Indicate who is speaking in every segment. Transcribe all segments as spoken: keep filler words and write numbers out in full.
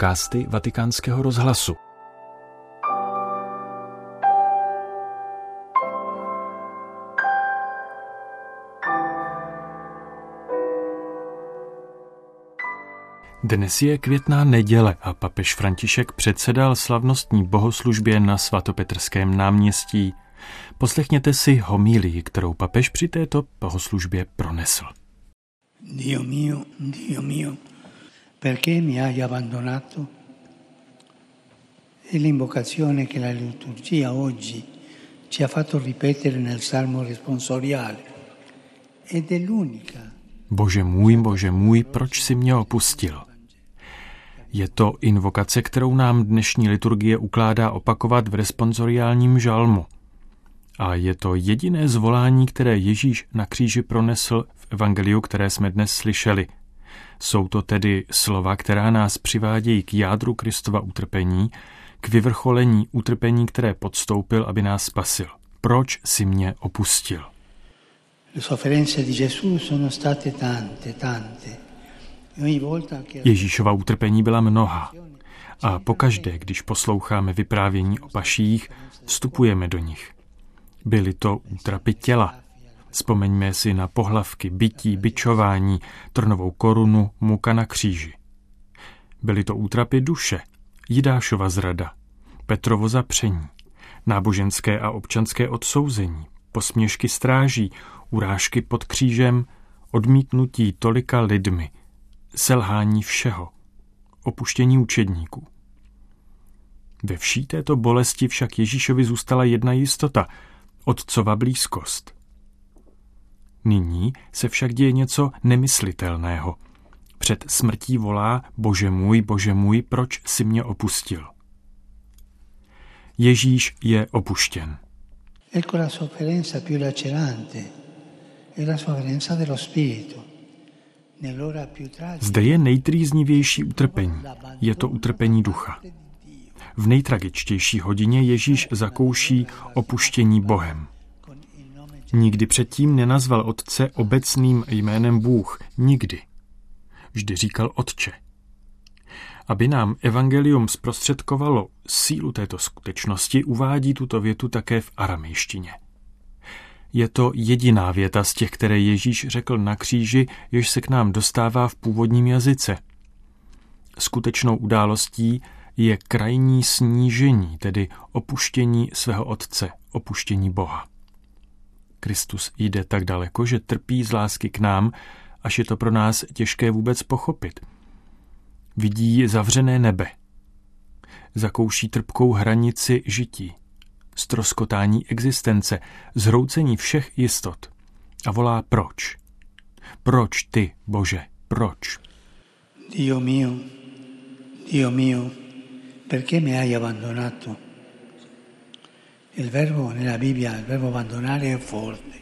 Speaker 1: podcasty Vatikánského rozhlasu. Dnes je květná neděle a papež František předsedal slavnostní bohoslužbě na svatopetrském náměstí. Poslechněte si homílii, kterou papež při této bohoslužbě pronesl.
Speaker 2: Dio mio, Dio mio, perché mi hai abbandonato? È l'invocazione che la liturgia oggi ci ha fatto ripetere nel Salmo responsoriale ed è l'unica.
Speaker 1: Bože můj, Bože můj, proč jsi mě opustil? Je to invokace, kterou nám dnešní liturgie ukládá opakovat v responsoriálním žalmu. A je to jediné zvolání, které Ježíš na kříži pronesl v evangeliu, které jsme dnes slyšeli. Jsou to tedy slova, která nás přivádějí k jádru Kristova utrpení, k vyvrcholení utrpení, které podstoupil, aby nás spasil. Proč jsi mě opustil? Ježíšova utrpení byla mnoha a pokaždé, když posloucháme vyprávění o paších, vstupujeme do nich. Byly to útrapy těla. Vzpomeňme si na pohlavky, bití, bičování, trnovou korunu, muka na kříži. Byly to útrapy duše, Jidášova zrada, Petrovo zapření, náboženské a občanské odsouzení, posměšky stráží, urážky pod křížem, odmítnutí tolika lidmi, selhání všeho, opuštění učedníků. Ve vší této bolesti však Ježíšovi zůstala jedna jistota, otcova blízkost. Nyní se však děje něco nemyslitelného. Před smrtí volá: Bože můj, Bože můj, proč jsi mě opustil? Ježíš je opuštěn.
Speaker 2: Ecco la sofferenza più lacerante, è la sofferenza dello spirito.
Speaker 1: Zde je nejtrýznivější utrpení. Je to utrpení ducha. V nejtragičtější hodině Ježíš zakouší opuštění Bohem. Nikdy předtím nenazval Otce obecným jménem Bůh. Nikdy. Vždy říkal Otče. Aby nám evangelium zprostředkovalo sílu této skutečnosti, uvádí tuto větu také v aramejštině. Je to jediná věta z těch, které Ježíš řekl na kříži, jež se k nám dostává v původním jazyce. Skutečnou událostí je krajní snížení, tedy opuštění svého Otce, opuštění Boha. Kristus jde tak daleko, že trpí z lásky k nám, až je to pro nás těžké vůbec pochopit. Vidí zavřené nebe. Zakouší trpkou hranici žití, ztroskotání existence, zhroucení všech jistot. A volá proč? Proč ty, Bože, proč?
Speaker 2: Dio mio, Dio mio, perché mi hai abbandonato? Il verbo nella Bibbia, il verbo abbandonare è forte.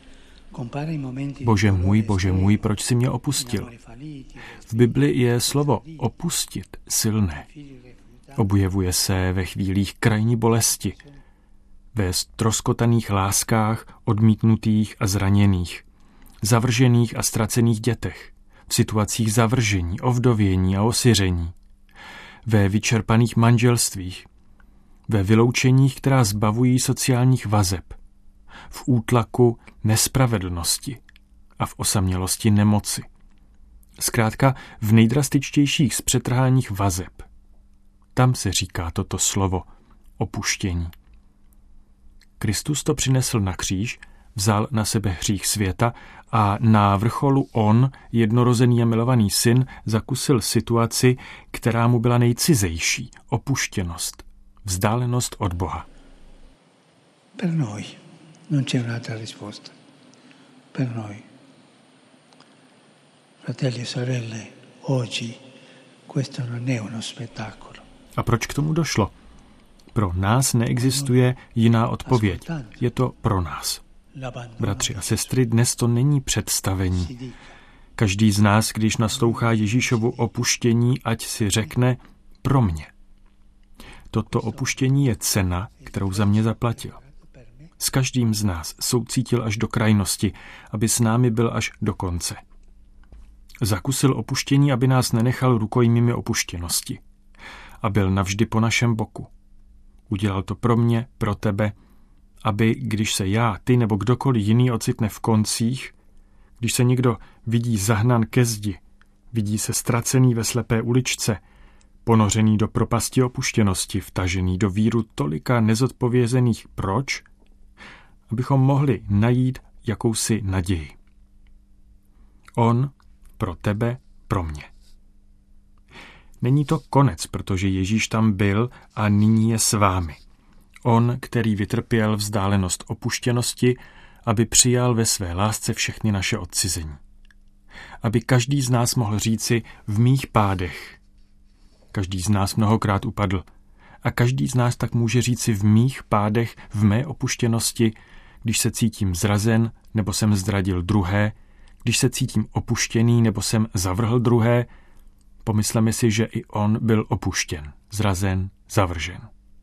Speaker 1: Bože můj, Bože můj, proč jsi mě opustil? V Bibli je slovo opustit silné. Objevuje se ve chvílích krajní bolesti, ve ztroskotaných láskách, odmítnutých a zraněných, zavržených a ztracených dětech, v situacích zavržení, ovdovění a osyření, ve vyčerpaných manželstvích, ve vyloučeních, která zbavují sociálních vazeb, v útlaku nespravedlnosti a v osamělosti nemoci. Zkrátka v nejdrastičtějších zpřetrháních vazeb. Tam se říká toto slovo opuštění. Kristus to přinesl na kříž, vzal na sebe hřích světa a na vrcholu on, jednorozený a milovaný syn, zakusil situaci, která mu byla nejcizejší, opuštěnost, vzdálenost od Boha.
Speaker 2: Per noi non c'è un'altra risposta. Per noi. Fratelli e sorelle, oggi questo non è uno spettacolo.
Speaker 1: A proč k tomu došlo? Pro nás neexistuje jiná odpověď. Je to pro nás. Bratři a sestry, dnes to není představení. Každý z nás, když naslouchá Ježíšovu opuštění, ať si řekne pro mě. Toto opuštění je cena, kterou za mě zaplatil. S každým z nás soucítil až do krajnosti, aby s námi byl až do konce. Zakusil opuštění, aby nás nenechal rukojmími opuštěnosti. a byl navždy po našem boku. Udělal to pro mě, pro tebe, aby, když se já, ty nebo kdokoliv jiný ocitne v koncích, když se někdo vidí zahnan ke zdi, vidí se ztracený ve slepé uličce, ponořený do propasti opuštěnosti, vtažený do víru tolika nezodpovězených proč, abychom mohli najít jakousi naději. On pro tebe, pro mě. Není to konec, protože Ježíš tam byl a nyní je s vámi. On, který vytrpěl vzdálenost opuštěnosti, aby přijal ve své lásce všechny naše odcizení. Aby každý z nás mohl říci v mých pádech. Každý z nás mnohokrát upadl. A každý z nás tak může říci v mých pádech, v mé opuštěnosti, když se cítím zrazen, nebo jsem zradil druhé, když se cítím opuštěný, nebo jsem zavrhl druhé, pomysleme si, že i on byl opuštěn, zrazen, zavržen.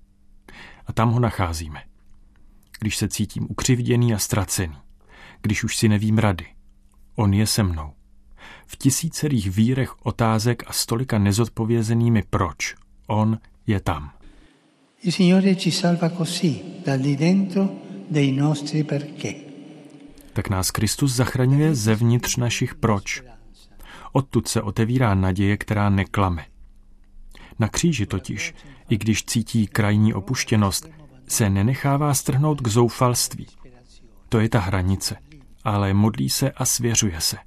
Speaker 1: A tam ho nacházíme. Když se cítím ukřivděný a ztracený, když už si nevím rady, on je se mnou. V tisícerých vírech otázek a stolika nezodpovězenými proč, on je tam.
Speaker 2: Il Signore ci salva così, dal di dentro dei nostri perché.
Speaker 1: Tak nás Kristus zachraňuje zevnitř našich proč. Odtud se otevírá naděje, která neklame. Na kříži totiž, i když cítí krajní opuštěnost, se nenechává strhnout k zoufalství. To je ta hranice, ale modlí se a svěřuje se.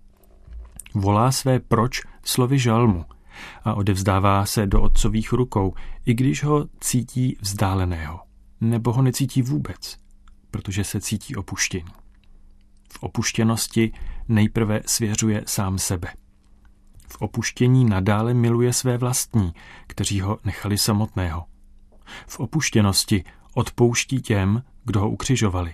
Speaker 1: Volá své proč slovy žalmu a odevzdává se do otcových rukou, i když ho cítí vzdáleného, nebo ho necítí vůbec, protože se cítí opuštěný. V opuštěnosti nejprve svěřuje sám sebe. V opuštění nadále miluje své vlastní, kteří ho nechali samotného. V opuštěnosti odpouští těm, kdo ho ukřižovali.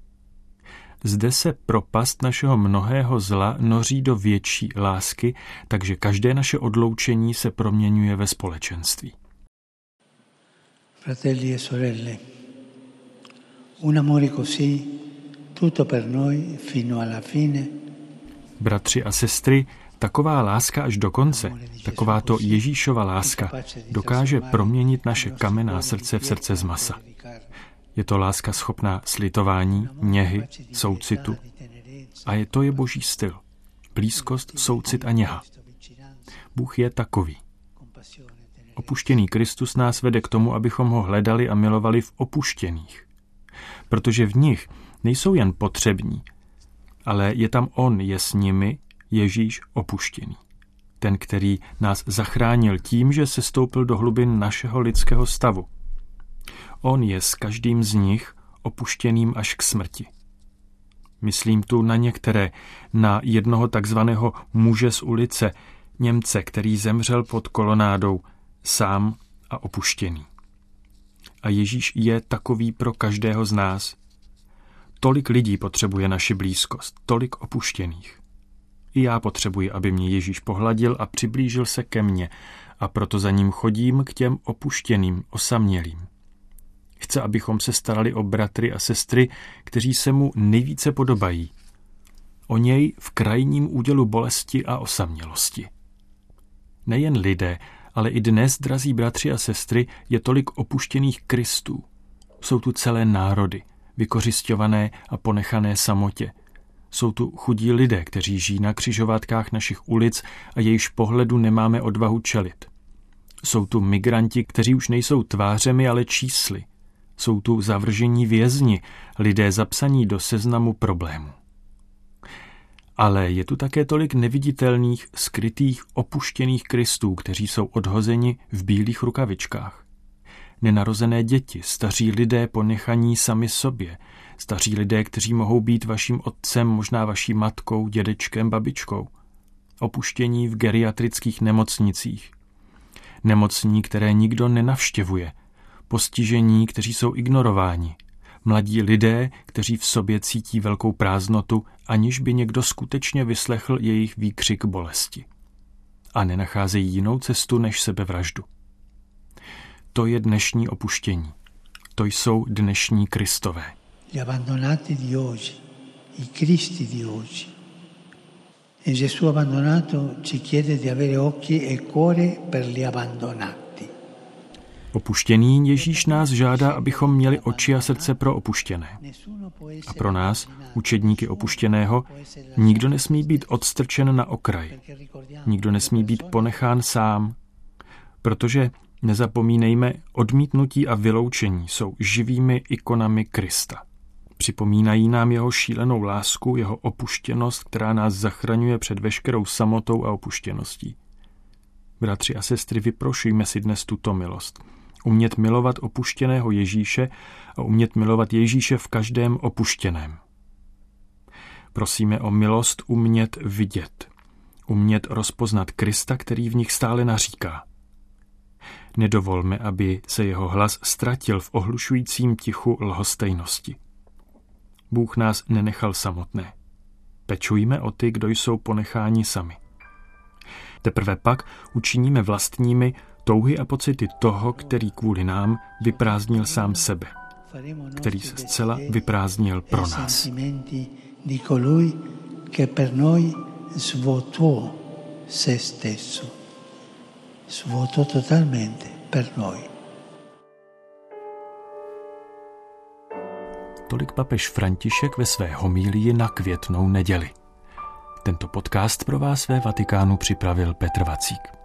Speaker 1: Zde se propast našeho mnohého zla noří do větší lásky, takže každé naše odloučení se proměňuje ve společenství.
Speaker 2: Fratelli e sorelle, un amore così, tutto per noi fino alla fine.
Speaker 1: Bratři a sestry, taková láska až do konce, takováto Ježíšova láska dokáže proměnit naše kamenná srdce v srdce z masa. Je to láska schopná slitování, něhy, soucitu. A je to je Boží styl. Blízkost, soucit a něha. Bůh je takový. Opuštěný Kristus nás vede k tomu, abychom ho hledali a milovali v opuštěných. Protože v nich nejsou jen potřební, ale je tam on, je s nimi, Ježíš opuštěný. Ten, který nás zachránil tím, že se stoupil do hlubin našeho lidského stavu. On je s každým z nich opuštěným až k smrti. Myslím tu na některé, na jednoho takzvaného muže z ulice, Němce, který zemřel pod kolonádou, sám a opuštěný. A Ježíš je takový pro každého z nás. Tolik lidí potřebuje naši blízkost, tolik opuštěných. I já potřebuji, aby mě Ježíš pohladil a přiblížil se ke mně, a proto za ním chodím k těm opuštěným, osamělým. Chce, abychom se starali o bratry a sestry, kteří se mu nejvíce podobají. O něj v krajním údělu bolesti a osamělosti. Nejen lidé, ale i dnes, drazí bratři a sestry, je tolik opuštěných Kristů. Jsou tu celé národy, vykořisťované a ponechané samotě. Jsou tu chudí lidé, kteří žijí na křižovatkách našich ulic a jejichž pohledu nemáme odvahu čelit. Jsou tu migranti, kteří už nejsou tvářemi, ale čísly. Jsou tu zavržení vězni, lidé zapsaní do seznamu problémů. Ale je tu také tolik neviditelných, skrytých, opuštěných Kristů, kteří jsou odhozeni v bílých rukavičkách. Nenarozené děti, staří lidé ponechaní sami sobě, staří lidé, kteří mohou být vaším otcem, možná vaší matkou, dědečkem, babičkou. Opuštění v geriatrických nemocnicích. Nemocní, které nikdo nenavštěvuje. Postižení, kteří jsou ignorováni. Mladí lidé, kteří v sobě cítí velkou prázdnotu, aniž by někdo skutečně vyslechl jejich výkřik bolesti. A nenacházejí jinou cestu než sebevraždu. To je dnešní opuštění. To jsou dnešní Kristové.
Speaker 2: Gli abbandonati di oggi, i Cristi di oggi. E Gesù abbandonato ci chiede di avere occhi e cuore per gli abbandonati.
Speaker 1: Opuštěný Ježíš nás žádá, abychom měli oči a srdce pro opuštěné. A pro nás, učedníky opuštěného, nikdo nesmí být odstrčen na okraj. Nikdo nesmí být ponechán sám, protože, nezapomínejme, odmítnutí a vyloučení jsou živými ikonami Krista. Připomínají nám jeho šílenou lásku, jeho opuštěnost, která nás zachraňuje před veškerou samotou a opuštěností. Bratři a sestry, vyprošujme si dnes tuto milost. Umět milovat opuštěného Ježíše a umět milovat Ježíše v každém opuštěném. Prosíme o milost umět vidět, umět rozpoznat Krista, který v nich stále naříká. Nedovolme, aby se jeho hlas ztratil v ohlušujícím tichu lhostejnosti. Bůh nás nenechal samotné. Pečujme o ty, kdo jsou ponecháni sami. Teprve pak učiníme vlastními touhy a pocity toho, který kvůli nám vyprázdnil sám sebe, který se zcela vyprázdnil pro nás. Tolik papež František ve své homílii na Květnou neděli. Tento podcast pro vás ve Vatikánu připravil Petr Vacík.